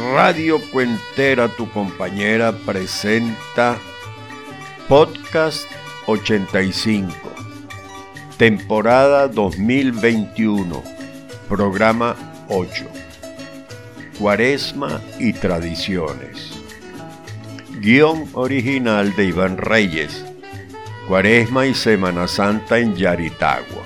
Radio Cuentera, tu compañera, presenta Podcast 85, temporada 2021, programa 8, Cuaresma y Tradiciones. Guión original de Iván Reyes, Cuaresma y Semana Santa en Yaritagua.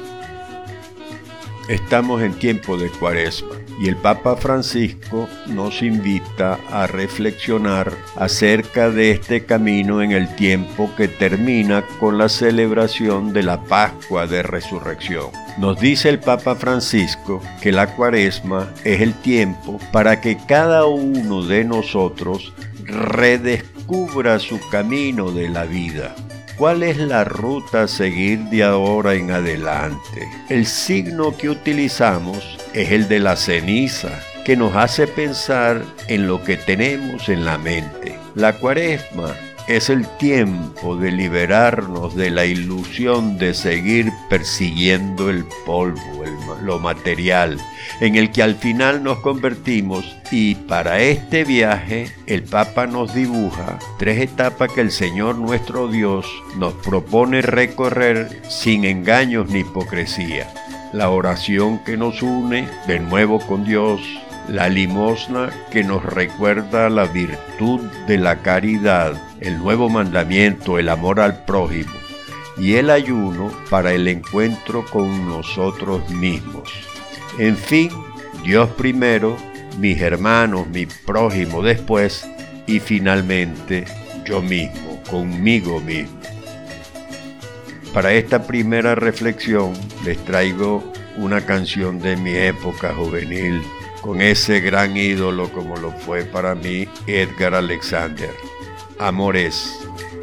Estamos en tiempo de Cuaresma y el Papa Francisco nos invita a reflexionar acerca de este camino en el tiempo que termina con la celebración de la Pascua de Resurrección. Nos dice el Papa Francisco que la Cuaresma es el tiempo para que cada uno de nosotros redescubra su camino de la vida. ¿Cuál es la ruta a seguir de ahora en adelante? El signo que utilizamos es el de la ceniza, que nos hace pensar en lo que tenemos en la mente. La Cuaresma es el tiempo de liberarnos de la ilusión de seguir persiguiendo el polvo, lo material, en el que al final nos convertimos, y para este viaje el Papa nos dibuja 3 etapas que el Señor nuestro Dios nos propone recorrer sin engaños ni hipocresía. La oración que nos une de nuevo con Dios, la limosna que nos recuerda la virtud de la caridad, el nuevo mandamiento, el amor al prójimo, y el ayuno para el encuentro con nosotros mismos. En fin, Dios primero, mis hermanos, mi prójimo después, y finalmente yo mismo, conmigo mismo. Para esta primera reflexión les traigo una canción de mi época juvenil, con ese gran ídolo como lo fue para mí Edgar Alexander. Amor es.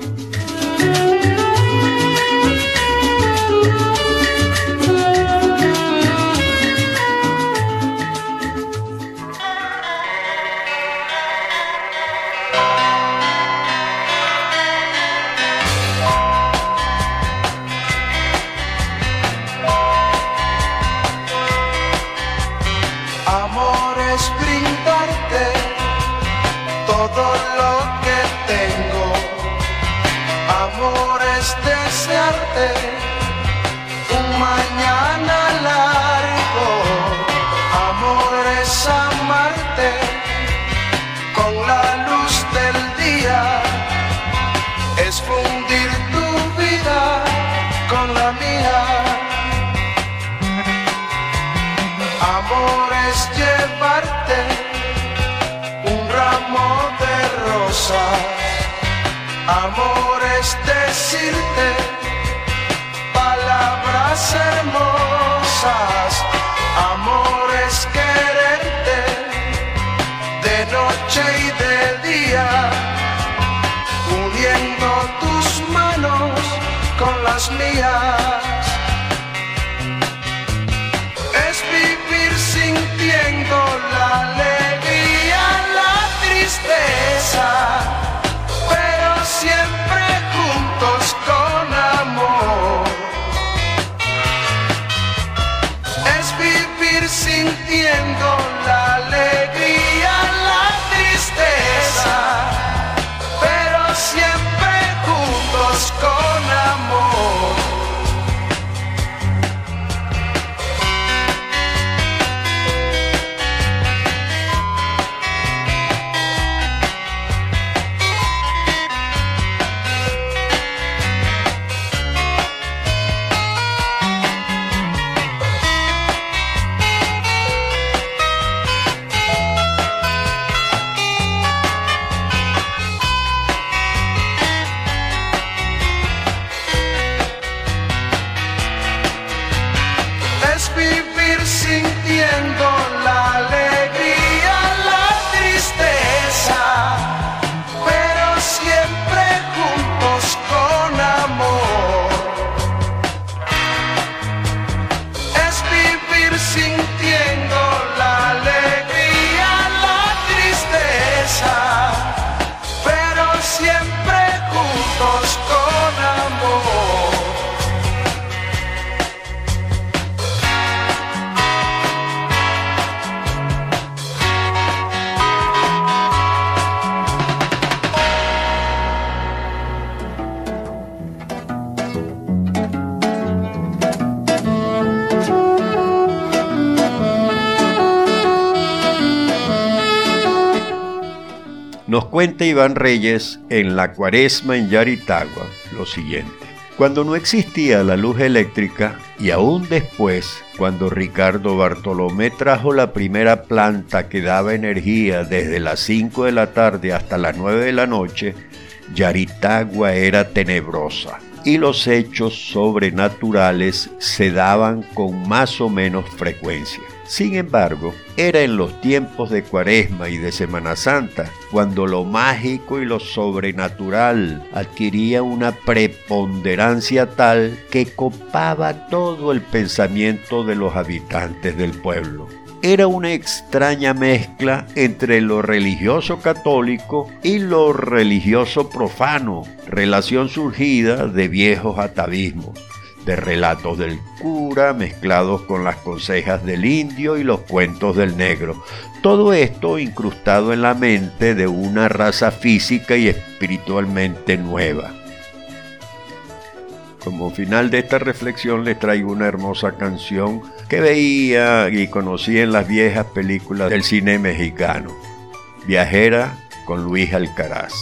Amor es brindarte todo lo que tengo. Amor es desearte un mañana largo. Amor es amarte con la luz del día. Es fundir tu vida con la mía. Amor es llevarte un ramo de rosas. Amor es decirte palabras hermosas. Amor es quererte de noche y de día, uniendo tus manos con las mías. Es vivir sintiendo la alegría, la tristeza, pero siempre juntos con amor. Es vivir sintiendo la alegría, la tristeza, pero siempre juntos con amor. Nos cuenta Iván Reyes en La Cuaresma en Yaritagua lo siguiente. Cuando no existía la luz eléctrica y aún después, cuando Ricardo Bartolomé trajo la primera planta que daba energía desde las 5 de la tarde hasta las 9 de la noche, Yaritagua era tenebrosa y los hechos sobrenaturales se daban con más o menos frecuencia. Sin embargo, era en los tiempos de Cuaresma y de Semana Santa cuando lo mágico y lo sobrenatural adquiría una preponderancia tal que copaba todo el pensamiento de los habitantes del pueblo. Era una extraña mezcla entre lo religioso católico y lo religioso profano, relación surgida de viejos atavismos, de relatos del cura mezclados con las consejas del indio y los cuentos del negro. Todo esto incrustado en la mente de una raza física y espiritualmente nueva. Como final de esta reflexión les traigo una hermosa canción que veía y conocí en las viejas películas del cine mexicano, Viajera con Luis Alcaraz.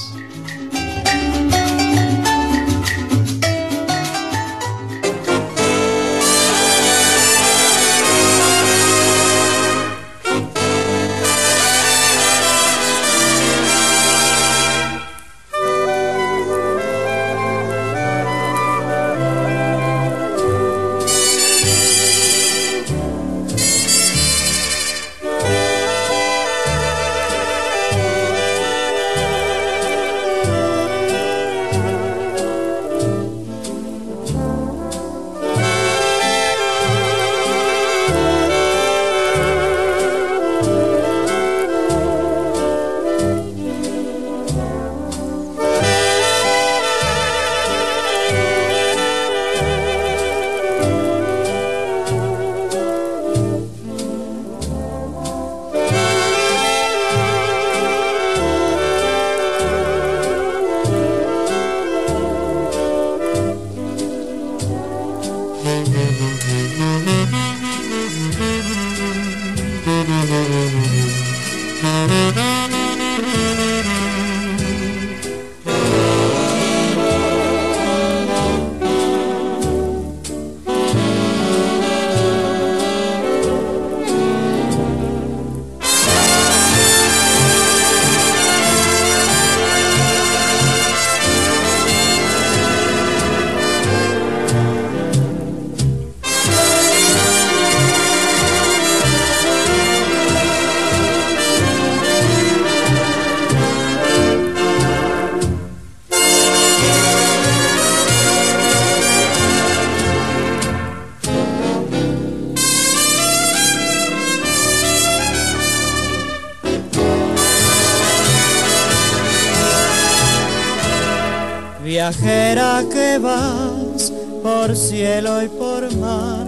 Viajera que vas por cielo y por mar,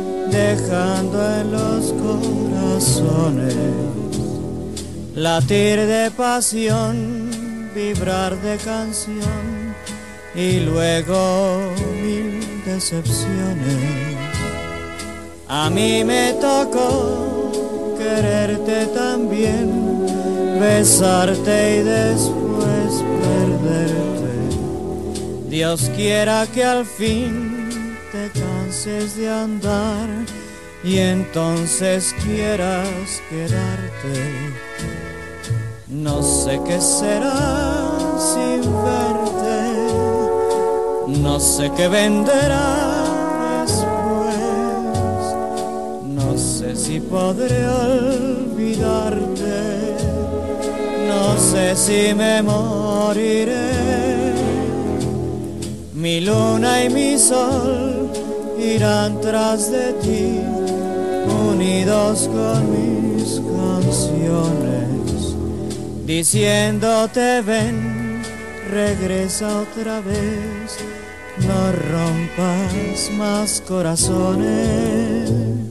dejando en los corazones latir de pasión, vibrar de canción y luego mil decepciones. A mí me tocó quererte también, besarte y después perderte. Dios quiera que al fin te canses de andar y entonces quieras quedarte. No sé qué será sin verte, no sé qué vendrá después, no sé si podré olvidarte, no sé si me moriré. Mi luna y mi sol irán tras de ti, unidos con mis canciones, diciéndote ven, regresa otra vez, no rompas más corazones.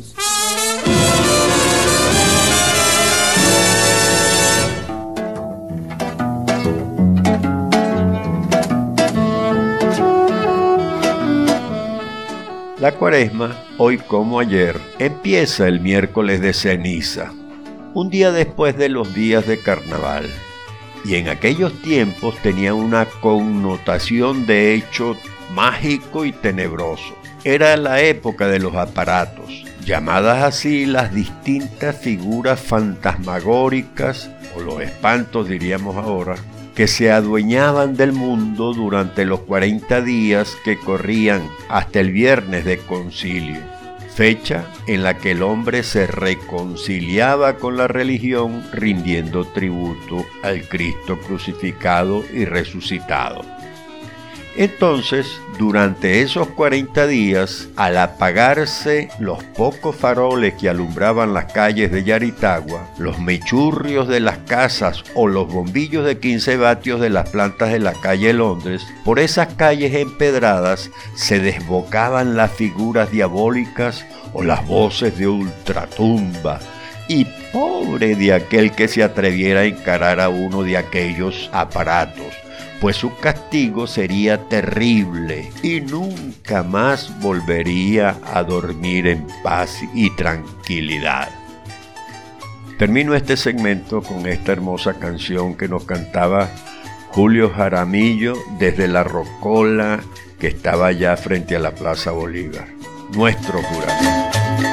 La Cuaresma, hoy como ayer, empieza el miércoles de ceniza, un día después de los días de carnaval. y en aquellos tiempos tenía una connotación de hecho mágico y tenebroso. Era la época de los aparatos, llamadas así las distintas figuras fantasmagóricas, o los espantos diríamos ahora, que se adueñaban del mundo durante los 40 días que corrían hasta el viernes de concilio, fecha en la que el hombre se reconciliaba con la religión rindiendo tributo al Cristo crucificado y resucitado. Entonces, durante esos 40 días, al apagarse los pocos faroles que alumbraban las calles de Yaritagua, los mechurrios de las casas o los bombillos de 15 vatios de las plantas de la calle Londres, por esas calles empedradas se desbocaban las figuras diabólicas o las voces de ultratumba, y pobre de aquel que se atreviera a encarar a uno de aquellos aparatos, pues su castigo sería terrible y nunca más volvería a dormir en paz y tranquilidad. Termino este segmento con esta hermosa canción que nos cantaba Julio Jaramillo desde la rocola que estaba allá frente a la Plaza Bolívar. Nuestro juramento.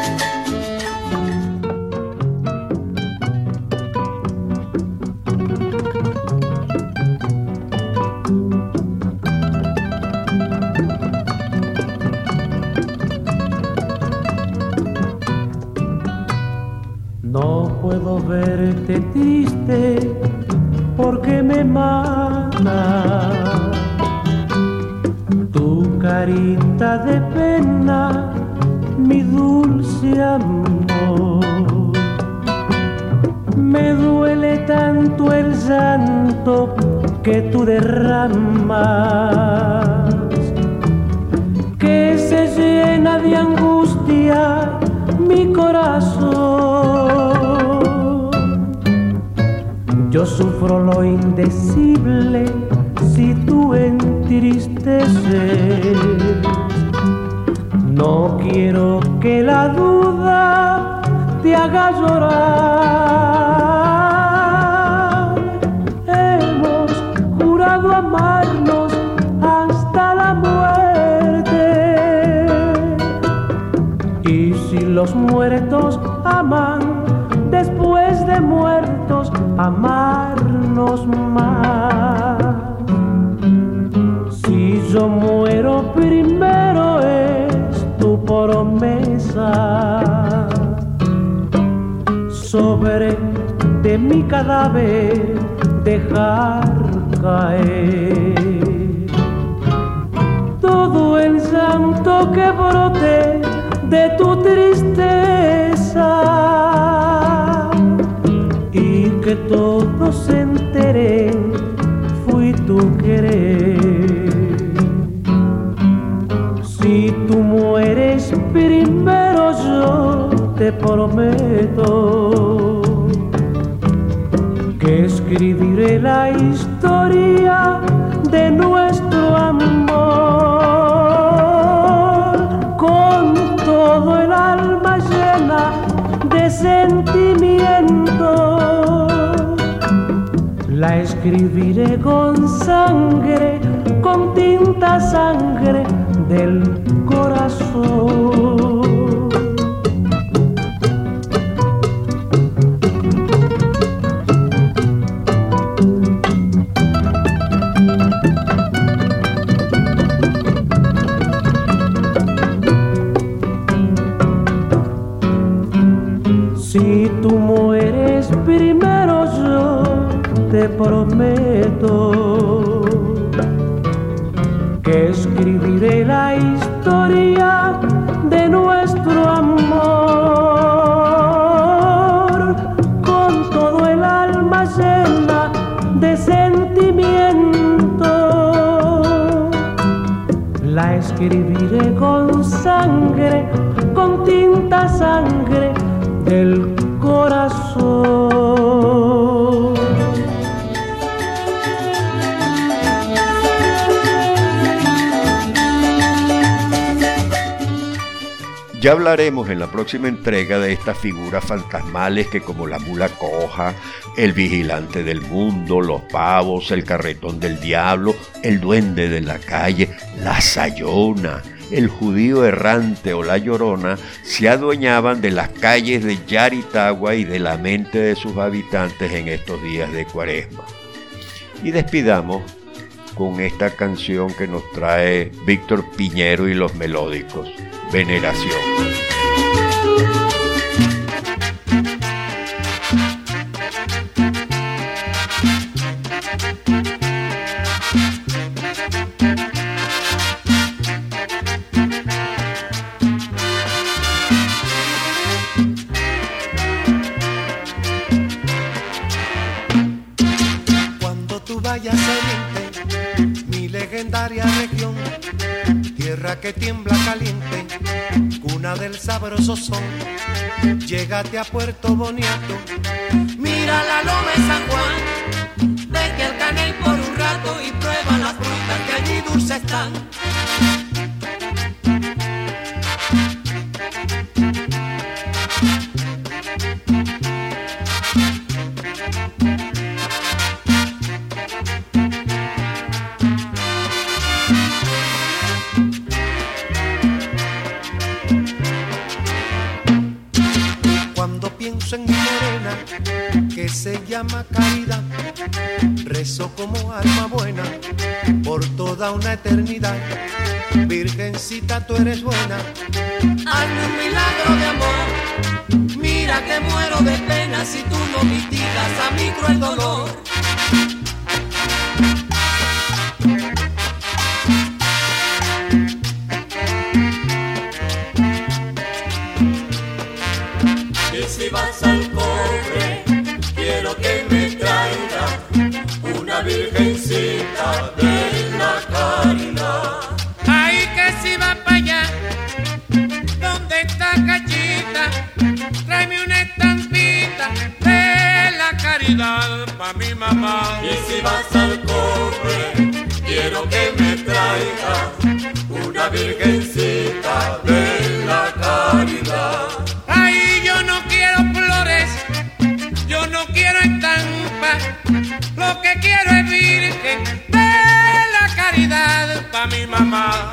No puedo verte triste porque me mata tu carita de pena, mi dulce amor. Me duele tanto el llanto que tú derramas, que se llena de angustia mi corazón. Yo sufro lo indecible si tú entristeces. No quiero que la duda te haga llorar. Hemos jurado amarnos hasta la muerte. Y si los muertos aman, después de muertos amarnos más. Si yo muero primero es tu promesa. Sobre de mi cadáver dejar caer todo el llanto que brote de tu tristeza, y que todos se enteren fui tu querer. Si tú mueres primero yo te prometo que escribiré la historia de nuestro amor con todo el alma llena de sentimiento. La escribiré con sangre, con tinta sangre del corazón. Si tú mueres primero yo te prometo que escribiré la historia de nuestro amor con todo el alma llena de sentimiento. La escribiré con sangre, con tinta sangre del corazón. Ya hablaremos en la próxima entrega de estas figuras fantasmales que, como la mula coja, el vigilante del mundo, los pavos, el carretón del diablo, el duende de la calle, la sayona, el judío errante o la llorona, se adueñaban de las calles de Yaritagua y de la mente de sus habitantes en estos días de Cuaresma. Y despidamos con esta canción que nos trae Víctor Piñero y los Melódicos, Veneración. Cuando tú vayas a Oriente, mi legendaria región, tierra que tiembla caliente, cuna del sabroso son, llégate a Puerto Boniato, mira la loma de San Juan, vete al Caney por un rato y prueba las frutas que allí dulces están. En mi morena, que se llama Caridad, rezo como alma buena por toda una eternidad. Virgencita, tú eres buena, hazme un milagro de amor. Mira que muero de pena si tú no mitigas a mi cruel dolor. Si vas al cobre, quiero que me traigas una virgencita de la caridad. Ay, que si va para allá, donde está Cachita, tráeme una estampita de la caridad pa' mi mamá. Y si vas al cobre, quiero que me traigas una virgencita de la caridad. Ay, yo no quiero flores, yo no quiero estampa, lo que quiero es virgen de la caridad pa' mi mamá.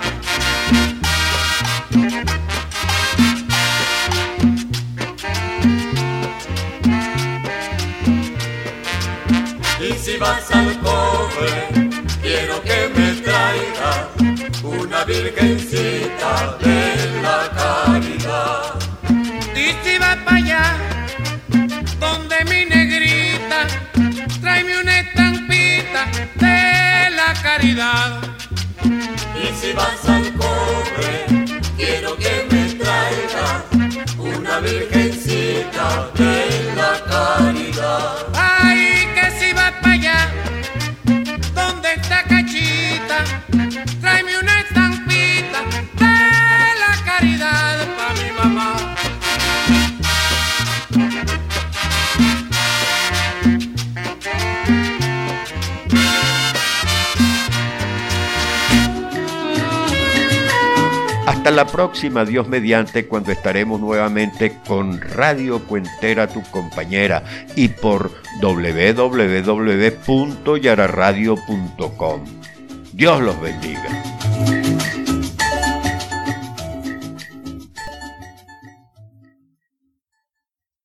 Y si vas al cobre, quiero que me traigas una virgencita de la caridad. Y si vas para allá, donde mi negrita, tráeme una estampita de la caridad. Y si vas al cobre, quiero que me traigas una virgencita de la caridad. Ay, que si vas para allá, donde está Cachita, tráeme una estampita de la caridad pa' mi mamá. Hasta la próxima, Dios mediante, cuando estaremos nuevamente con Radio Cuentera, tu compañera, y por www.yararadio.com. Dios los bendiga.